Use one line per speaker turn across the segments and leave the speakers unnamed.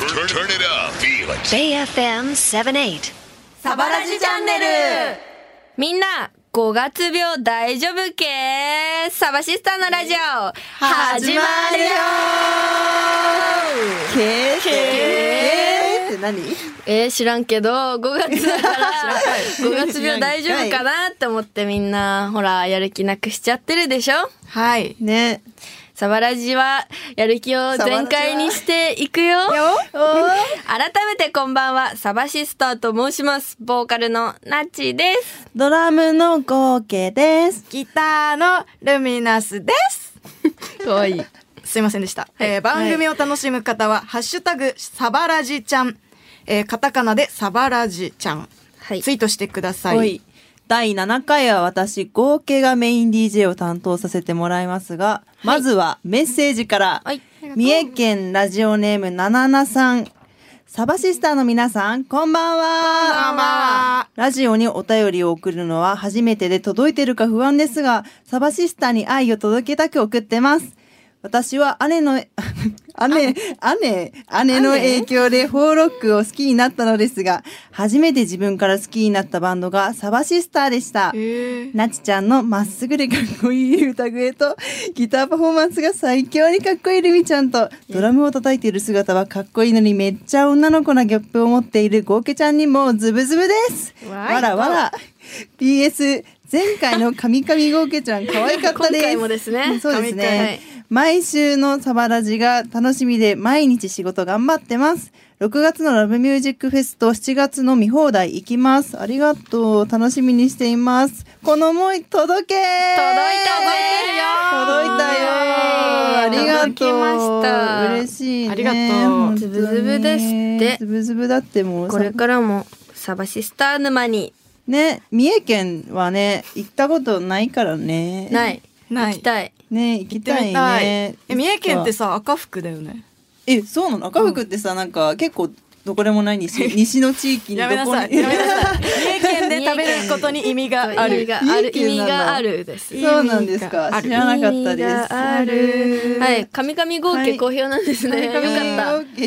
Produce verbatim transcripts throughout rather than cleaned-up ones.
Turn it up. Feel it.
ベイ エフエム セブンティーエイト
サバラジチャンネル。みんなごがつ病大丈夫け？サバシスターのラジオ始まるよ
ー。けーけーって何？
えー、知らんけどごがつだからごがつ病大丈夫かなって思って、みんなほらやる気なくしちゃってるでしょ。
はいね。
サバラジはやる気を全開にしていくよ。改めてこんばんは、サバシスターと申します。ボーカルのナッチです。
ドラムのゴーケです。
ギターのルミナスです。
かわいい。
すいませんでした。はい、えー、番組を楽しむ方は、はい、ハッシュタグサバラジちゃん、えー、カタカナでサバラジちゃん、はい、ツイートしてください。
だいななかいは私合計がメイン ディージェー を担当させてもらいますが、はい、まずはメッセージから、はい、三重県ラジオネームなななさん、サバシスターの皆さんこんばんは。
こんばんは。
ラジオにお便りを送るのは初めてで届いてるか不安ですが、サバシスターに愛を届けたく送ってます。私は姉の姉姉姉の影響でフォーロックを好きになったのですが、初めて自分から好きになったバンドがサバシスターでした。なちちゃんのまっすぐでかっこいい歌声とギターパフォーマンスが最強にかっこいいルミちゃんと、ドラムを叩いている姿はかっこいいのにめっちゃ女の子なギャップを持っているゴーケちゃんにもズブズブです。わらわら。ピーエス 前回の神々ゴーケちゃん可愛かったです。
今回もですね。
そうですね。毎週のサバラジが楽しみで毎日仕事頑張ってます。ろくがつのラブミュージックフェスとしちがつの見放題行きます。ありがとう。楽しみにしています。この思い届け。届い
た
届いたよ。ありがとう。
届きました。
嬉しいね。
ありがとう。
ズブズブですって。
ズブズブだってもう。
これからもサバシスター沼に。
ね、三重県はね、行ったことないからね。
ない。
ない。
行きたい。
ね、行きたいね。
え、三重県ってさ、赤福だよね。
え、そうなの？赤福ってさ、なんか結構どこでもない西西の地域にどこに
やめなさい。やめなさい。三重県で食べることに意味がある。
意味がある。意味があるです。
そうなんですか。知らなかったです。
ある。はい。神々合計好評なんですね。よかった。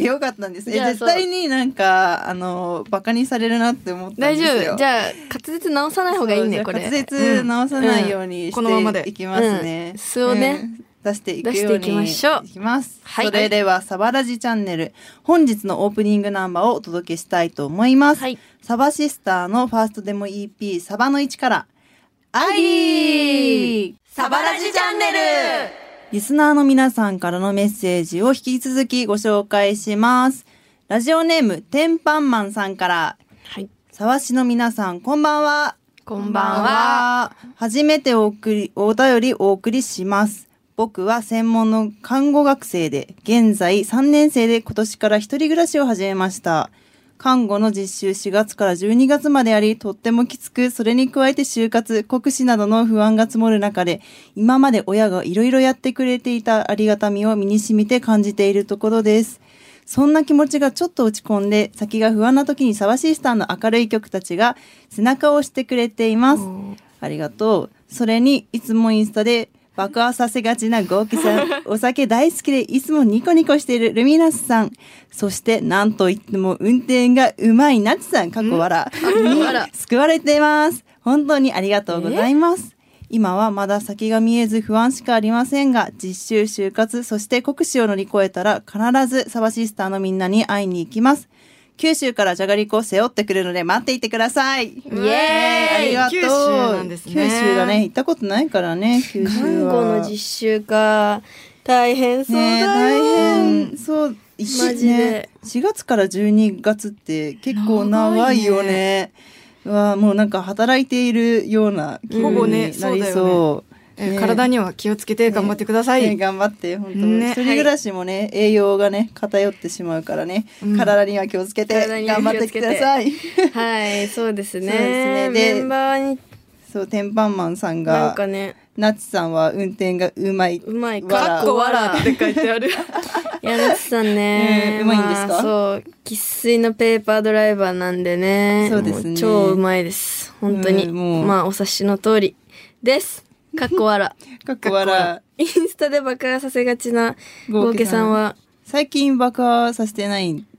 よかったんです。え、絶対になんかあのバカにされるなって思ったんですよ。
大丈夫。じゃあ滑舌直さない方がいいねこれ。
滑舌直さないようにしていきますね。
そうね。
出していくようにいきましょう。いきます。
はい、
それではサバラジチャンネル、本日のオープニングナンバーをお届けしたいと思います。はい、サバシスターのファーストデモ イーピー サバのいちからアイリー
サバラジチャンネル。
リスナーの皆さんからのメッセージを引き続きご紹介します。ラジオネームテンパンマンさんから、はい、サバシの皆さんこんばんは。
こんばんは。
初めてお送りお便りお送りします。僕は専門の看護学生で、現在さんねん生で今年から一人暮らしを始めました。看護の実習しがつからじゅうにがつまであり、とってもきつく、それに加えて就活、国試などの不安が積もる中で、今まで親がいろいろやってくれていたありがたみを身に染みて感じているところです。そんな気持ちがちょっと落ち込んで、先が不安な時にサバシスターの明るい曲たちが背中を押してくれています。ありがとう。それに、いつもインスタで、爆破させがちなゴーケさん、お酒大好きでいつもニコニコしているルミナスさん、そしてなんといっても運転がうまいナチさん、かっこ笑に救われています。本当にありがとうございます。今はまだ先が見えず不安しかありませんが、実習、就活、そして国試を乗り越えたら必ずサバシスターのみんなに会いに行きます。九州からじゃがりこを背負ってくるので待っていてください。イエーイ、ありがとう。
九州なんですね。
九州だね。行ったことないからね、九州は。
看護の実習か。大変そうだよ。ね、
大変そう。マジで、ね。しがつからじゅうにがつって結構長いよね。うわ、もうなんか働いているような気分になりそう。ね、そう
ね、体には気をつけて頑張ってください。
ねね、頑張って本当、ね、一人暮らしもね、はい、栄養がね偏ってしまうからね、うん、体には気をつけて頑張ってください。
はい、そうですね。そうですね。で、メンバーに
そうテンパンマンさんが
なんかね、
ナチさんは運転がうまい。
うまい。かっこわらって書いてある。いや、ナチさんね、
うまいんですか？
まあ、そう生粋のペーパードライバーなんでね。
そうですね。
超うまいです。本当に、もうまあお察しの通りです。かっこわら。
かっこわら。
インスタで爆破させがちなゴーケさんは
最近爆破させてない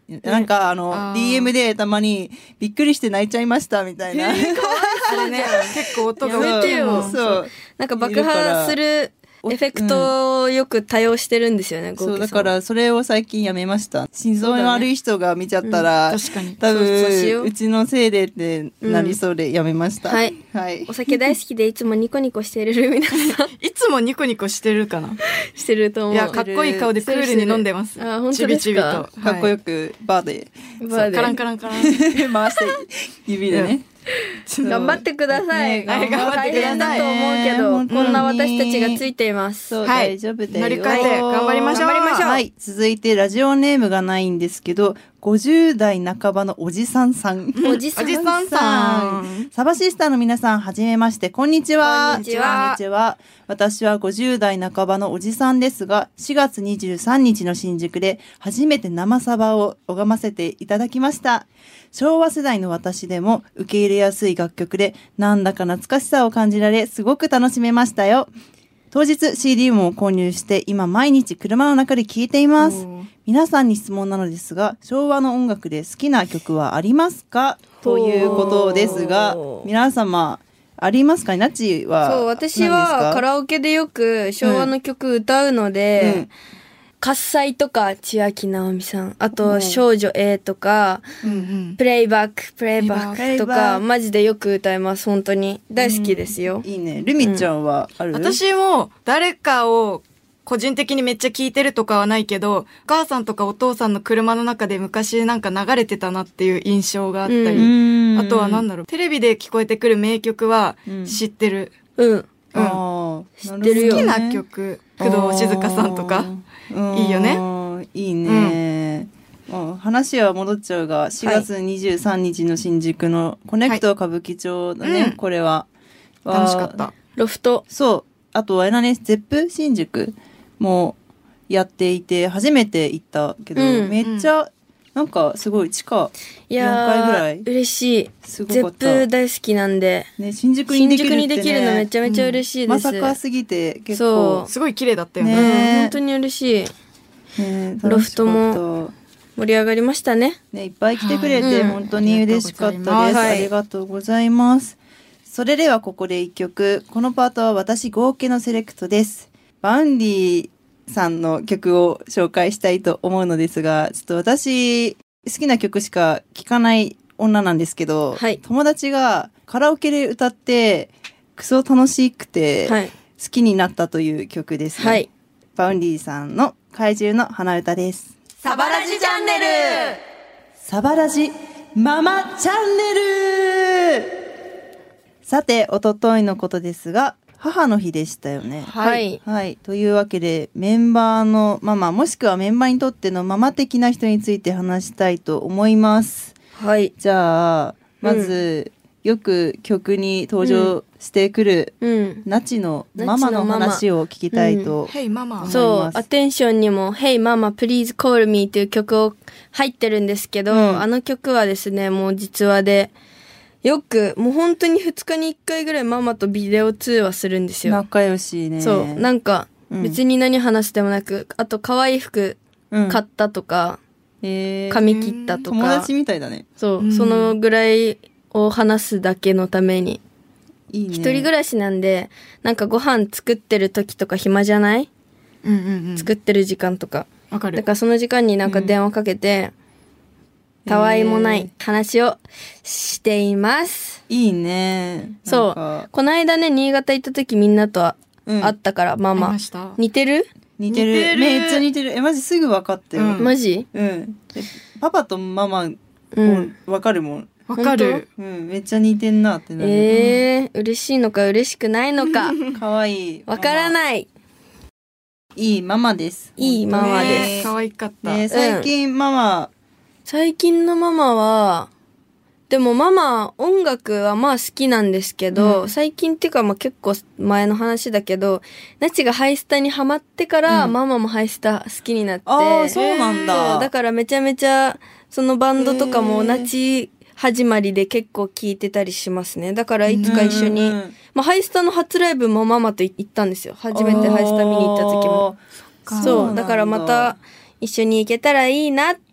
なんかあの、
あー
ディーエム でたまにびっくりして泣いちゃいましたみたいな。
あれね、結構音が
やめてよ
そうそう。
なんか爆破するエフェクトをよく多用してるんですよね、
そう、
ゴーケさんは
だからそれを最近やめました。心臓の悪い人が見ちゃったら、
確かに。
多
そうそうしよう
分、うちのせいでってなりそうでやめました。
うんはい
はい
お。酒大好きでいつもニコニコしてるルミナさん
いつもニコニコしてるかな。
してると思う。
いや、かっこいい顔でクールに飲んでます。
あ、本
ち
当です
びちびと。
か。
かっこよ
く。
くバーで
そう
バーで
カランカランカラン。
回して指でね。
頑張ってください。
ね頑張ってください
大変だと思うけど、
本当に
こんな私たちがついています。
そう、
はい
大丈夫だよ。
乗り越えて頑張りましょう
頑張りましょう
はい。続いて、ラジオネームがないんですけど、ごじゅう代半ばのおじさんさん。
おじさん
おじさんさん。
サバシスターの皆さん、はじめまして、こんにちは。
こんにちは
こんにちは。私はごじゅう代半ばのおじさんですが、しがつにじゅうさんにちの新宿で初めて生サバを拝ませていただきました。昭和世代の私でも受け入れやすい楽曲で、なんだか懐かしさを感じられ、すごく楽しめましたよ。当日 シーディー も購入して今毎日車の中で聴いています。皆さんに質問なのですが、昭和の音楽で好きな曲はありますかということですが、皆様ありますか？ナチは
そう、私はカラオケでよく昭和の曲歌うので、
うん
喝采とか千秋直美さん、あと少女 A とか、
うんうん。
プレイバック、プレイバックと
プレイバ
か、
ック
マジでよく歌います、本当に。大好きですよ。
いいね。ルミちゃんはある？
私も誰かを個人的にめっちゃ聞いてるとかはないけど、お母さんとかお父さんの車の中で昔なんか流れてたなっていう印象があったり、
うん
あとはなんだろう、テレビで聞こえてくる名曲は
うん
知ってる。
うん。
うん
あー
知ってるよ
好きな曲、工藤静香さんとか。いいよね
ね。いいね。もう話は戻っちゃうが、しがつにじゅうさんにちの新宿のコネクト歌舞伎町だね、
うん
これは。
楽しかった
わ。
ロフト。
そう。あと、あれだね、ゼップ新宿もやっていて、初めて行ったけど、
うん
めっちゃ、なんかすごい地下
い
よんかいぐら
や
い
ー、嬉しい。ゼッ
すごかった。
プ大好きなんで。
ね、新宿に
新
できるって、ね、
宿にできるのめちゃめちゃ嬉しいで。
ますさかすぎて結構
そう
すごい綺麗だったよね。
うん、
ね
本当に嬉しい。
ね、
ロフトも
楽しかった
盛り上がりましたね。
ね、いっぱい来てくれて
はい
本当に嬉しかったです。
うん
ありがとうございます。それではここで一曲。このパートは私合計のセレクトです。バウンディさんの曲を紹介したいと思うのですが、ちょっと私好きな曲しか聴かない女なんですけど、
はい
友達がカラオケで歌ってクソ楽しくて
はい。
好きになったという曲ですね。
はい。
バウンディさんの怪獣の花歌です。
サバラジチャンネル
サバラジママチャンネル。さて、おとといのことですが、母の日でしたよね。
はい。
はい。というわけで、メンバーのママ、もしくはメンバーにとってのママ的な人について話したいと思います。
はい。
じゃあ、まず、よく曲に登場してくる、
うん。
ナチのママの話を聞きたいと。
ヘイママ。
思い
そう
ま、す
アテンションにも Hey Mama Please Call Me っていう曲を入ってるんですけど、
うん
あの曲はですね、もう実話で、よく、もう本当にふつかにいっかいぐらいママとビデオ通話するんですよ。
仲良しね。
そう、なんか、
うん
別に何話してもなく、あと可愛い服
うん
買ったとか、
えー
髪切ったとか
友達、みたいだね。
そう、
うん
そのぐらいを話すだけのために、
いいね。
一人暮らしなんで、なんかご飯作ってる時とか暇じゃない、
うんうんうん。
作ってる時間とか。
わかる。
だからその時間になんか電話かけて、たわいもない話をしています。
いいね。
そう
なんか
この間ね、新潟行った時みんなとは
うん
会ったから、マ
あり
マ
ました。
似てる、
似てる
似てる
めっちゃ似てる。え、マジすぐ分かったよ。
うん
マジ
うん。でパパとママ、
うん
分かるもん。
わかる。
うん、めっちゃ似てんなってなる。
えー、嬉しいのか嬉しくないのか
かわいい。
わから
い。
ない。
いいママです。
いいママです
ね可愛かった。
ね、最近ママ、
最近のママは、でもママ音楽はまあ好きなんですけど、
うん
最近っていうかまあ結構前の話だけど、ナチがハイスタにハマってから、
うん
ママもハイスタ好きになって。
ああ、そうなんだ。
そうだからめちゃめちゃそのバンドとかも
へー
ナチ始まりで結構聴いてたりしますね。だからいつか一緒に、
うんうんうん
まあハイスタの初ライブもママと行ったんですよ。初めてハイスタ見に行った時も。
あー
そうだからまた一緒に行けたらいいなって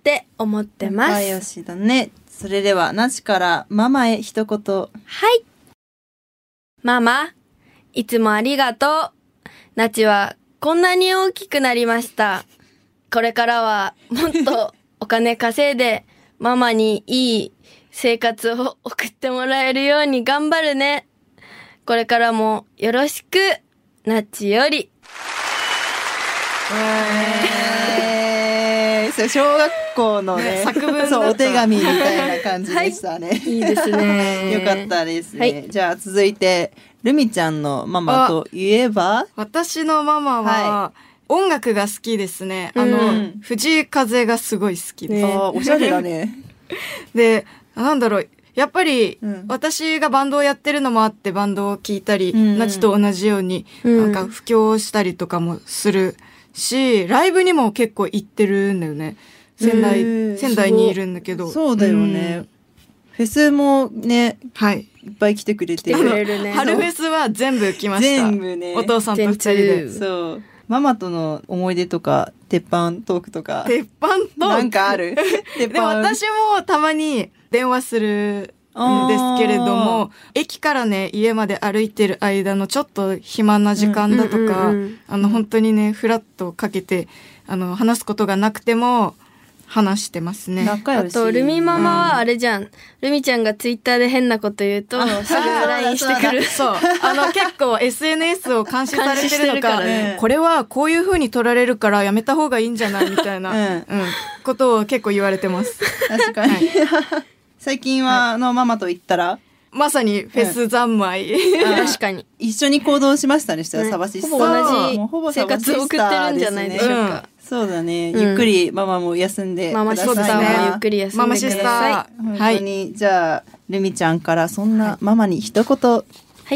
って思ってます。
仲良しだね。それではなちからママへ一言。
はい。ママ、いつもありがとう。なちはこんなに大きくなりました。これからはもっとお金稼いでママにいい生活を送ってもらえるように頑張るね。これからもよろしく、なっちより。
えー、それ小学校のね、作文そうお手紙みたいな感じでしたね。
はい、いいですね。
よかったですね。はい、じゃあ続いてルミちゃんのママといえば、
私のママは、はい、音楽が好きですね。あの、うん、藤井風がすごい好きです。
ね、あ、おしゃれだね。
で、なんだろう。やっぱり、うん、私がバンドをやってるのもあってバンドを聴いたり、うん、ナチと同じように、うん、なんか布教したりとかもするし、ライブにも結構行ってるんだよね。仙台、仙台にいるんだけど。
そうだよね。うん、フェスもね、はい、いっぱい来てくれて
る。ね、春フェスは全部来ました。
全部ね。
お父さんと二人で。
そう。ママとの思い出とか、鉄板トークとか。
鉄板トーク
なんかある
でも私もたまに電話するんですけれども、駅からね、家まで歩いてる間のちょっと暇な時間だとか、あの、本当にね、フラッとかけて、あの、話すことがなくても、話してますね。
あと、ルミママはあれじゃん。うん、ルミちゃんがツイッターで変なこと言うと、すぐ ライン してくる。
そう。あの、結構 エスエヌエス を監視されてるのか、ね、これはこういう風に取られるからやめた方がいいんじゃないみたいな、うん、うん、ことを結構言われてます。
確かに。はい、最近は、あの、ママと言ったら
まさにフェス三昧、
うん、確かに
一緒に行動しましたね。したらサバシスター、
ほぼ同じ生活を送ってるんじゃないでしょうか。うん、
そうだね、うん、ゆっくりママも休んでください。
ママシスターもゆっくり休んでください。ママシスター、
本当に、はい、じゃあルミちゃんからそんなママに一言。はい。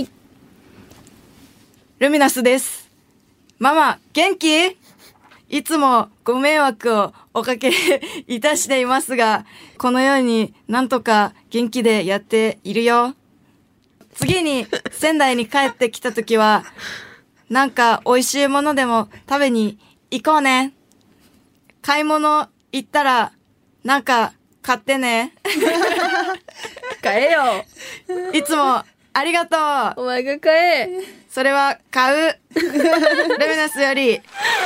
ルミナスです。ママ元気？いつもご迷惑をおかけいたしていますが、このようになんとか元気でやっているよ。次に仙台に帰ってきたときは、なんか美味しいものでも食べに行こうね。買い物行ったら、なんか買ってね。
買えよ。
いつもありがとう。
お前が買え。
それは買う。ルミナスより。イエ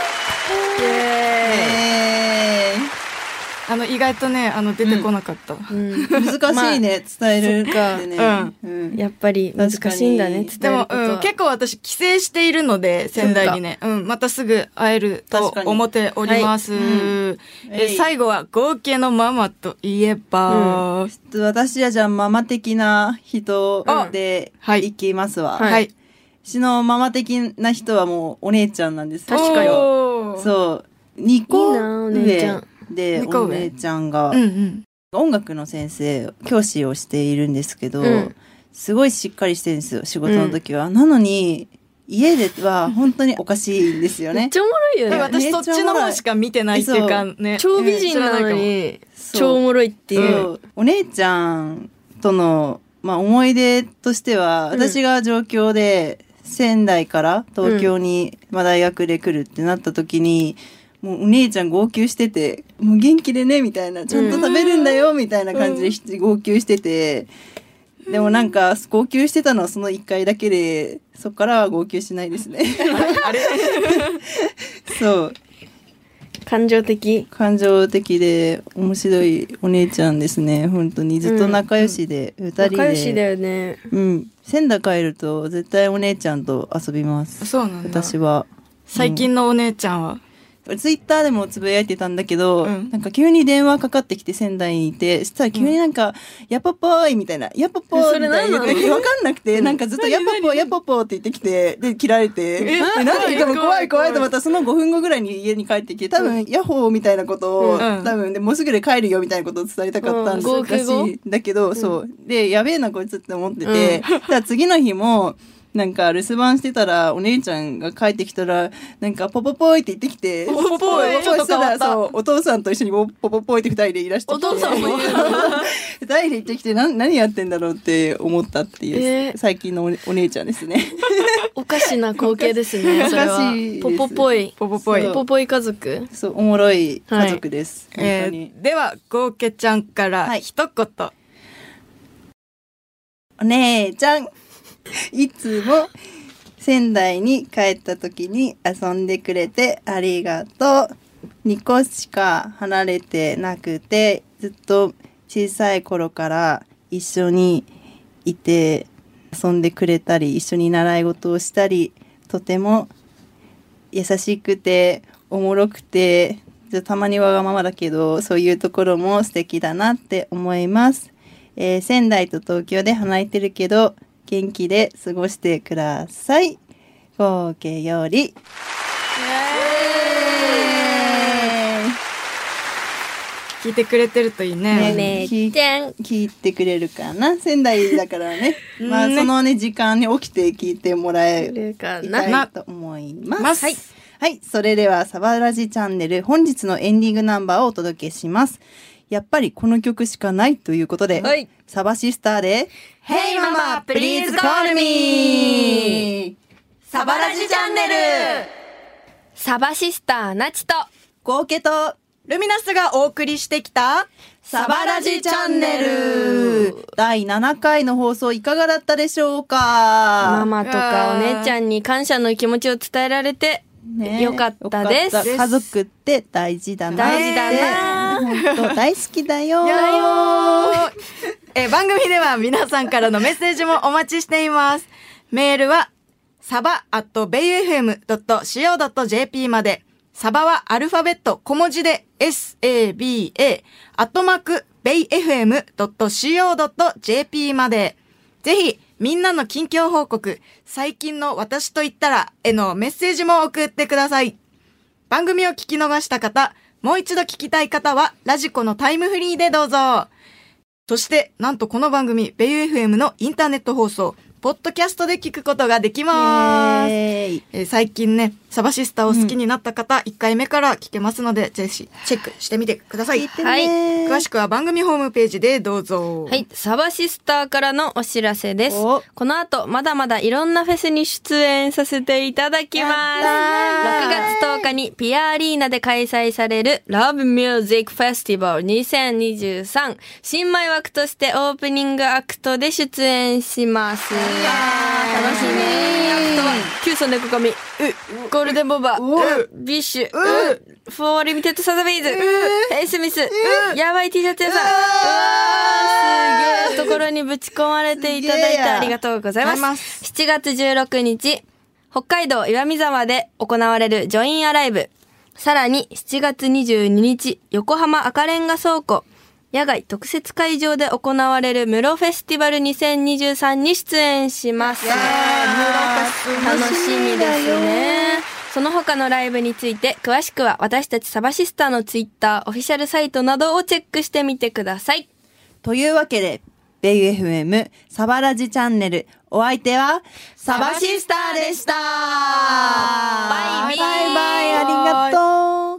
ーイ。あの意外とね、あの出てこなかった。
うんうん、難しいね、まあ、伝えるってね、
うんうん。やっぱり難しいんだね、伝えることは。
でも、うん、結構私帰省しているので仙台にね、うん、またすぐ会えると思っております。はい、うん、え最後は合計のママといえば、
うん、私はじゃあママ的な人でいきますわ。
はい。はい、
私のママ的な人はもうお姉ちゃんなんです。
確かに。
そう。にこ
いいなお姉ちゃん。
でお姉ちゃんが、うんうん、音楽の先生教師をしているんですけど、うん、すごいしっかりしてるんですよ仕事の時は、うん、なのに家では本当におかしいんですよね。
めっちゃおもろいよね。
私そっちの方しか見てないっていうかね、
超美人なのに超おもろいっていう。
お姉ちゃんとの、まあ、思い出としては、うん、私が上京で仙台から東京に、まあ、大学で来るってなった時に、もうお姉ちゃん号泣してて、もう元気でねみたいな、ちゃんと食べるんだよみたいな感じで号泣してて、うん、でもなんか号泣してたのはその一回だけで、そっからは号泣しないですね。あれそう。
感情的
感情的で面白いお姉ちゃんですね。本当にずっと仲良しで、うん、ふたりで
仲良しだよね。
うん。仙台帰ると絶対お姉ちゃんと遊びます。
そうなんだ。
私は。
最近のお姉ちゃんは、うん
ツイッターでもつぶやいてたんだけど、うん、なんか急に電話かかってきて仙台にいて、そしたら急になんか、うん、やっぽぽーいみたいな、やっぽぽーいみたいな言って、わかんなくて、なんかずっとやっぽぽー、やっぽぽーって言ってきて、で、切られて、でなんでかも怖い怖いと思ったら、そのごふんごぐらいに家に帰ってきて、多分、ヤッホーみたいなことを、うん、多分、でもうすぐで帰るよみたいなことを伝えたかったんですらしいんだけど、うん、そう。で、やべえなこいつって思ってて、うん、ただ次の日も、 なんか留守番してたらお姉ちゃんが帰ってきたらなんかポポポイって言ってきて、
ポポポイ
ポポポイしたら
ちょっと変わった
そうお父さんと一緒にポポポイって二人でいらしてきて、
お父さんもいる
二人で行ってきてな何やってんだろうって思ったっていう、
えー
最近のおお姉ちゃんですね。
おかしな光景ですね。それは
おかしいです
ポポポイ
ポポポイ
そう
ポポポイ家族。
そうおもろい家族です、
え
本当に。
ー、ではゴーケちゃんから
はい
一言、
お姉ちゃんいつも仙台に帰った時に遊んでくれてありがとう。にこしか離れてなくてずっと小さい頃から一緒にいて遊んでくれたり一緒に習い事をしたり、とても優しくておもろくてたまにわがままだけどそういうところも素敵だなって思います。えー仙台と東京で離れてるけど元気で過ごしてください。合計より
聞いてくれてるといいね。
ね
ねえちゃん。
聞いてくれるかな。仙台だからねまあ
ね
そのね時間に起きて聞いてもらえ
るか
た
な。
いと思います。
ます
はい、はい、それではサバラジチャンネル本日のエンディングナンバーをお届けします。やっぱりこの曲しかないということで、
はい
サバシスターで
Hey Mama, please call me! サバラジチャンネル
サバシスターなちと
合計と
ルミナスがお送りしてきた
サバラジチャンネルだいななかいの放送いかがだったでしょうか。
ママとかお姉ちゃんに感謝の気持ちを伝えられて
ね
よかったです
よかった家族って大事だなって
大事だな
本当大好きだよ。
だよーえ番組では皆さんからのメッセージもお待ちしています。メールはサバアットベイエフエムドットシーオードットジェーピー まで。サバはアルファベット小文字で エスエービーエー アットマークベイエフエムドットシーオードットジェーピー まで。ぜひみんなの近況報告、最近の私と言ったらへのメッセージも送ってください。番組を聞き逃した方、もう一度聞きたい方はラジコのタイムフリーでどうぞ。そしてなんとこの番組ベイ エフエム のインターネット放送ポッドキャストで聞くことができます。
イエーイ
えー最近ねサバシスターを好きになった方、いっかいめから聞けますのでぜひチェックしてみてください。
聞いてね
はい
詳しくは番組ホームページでどうぞ。
はい、サバシスターからのお知らせです
お。
この後、まだまだいろんなフェスに出演させていただきます。
やったー
ろくがつとおかにピアアリーナで開催される Love Music Festival にせんにじゅうさん新米枠としてオープニングアクトで出演します。楽しみ。アクトはキュウソネコカミ、ゴールデンボンバー、ビッシュ、フォーリミテッドサザビーズ、ヘイスミス、やばい T シャツ屋さん。うわー、すげえところにぶち込まれていただいてありがとうござい
ありがとうござい
ま。
ますす
しちがつじゅうろくにち、北海道岩見沢で行われるジョインアライブ。さらにしちがつにじゅうににち、横浜赤レンガ倉庫。野外特設会場で行われるムロフェスティバルにせんにじゅうさんに出演します。楽しみですね。その他のライブについて詳しくは私たちサバシスターのツイッター、オフィシャルサイトなどをチェックしてみてください。
というわけでベイ エフエム サバラジチャンネルお相手はサバシスターでした。
バイビー
バイバイありがとう。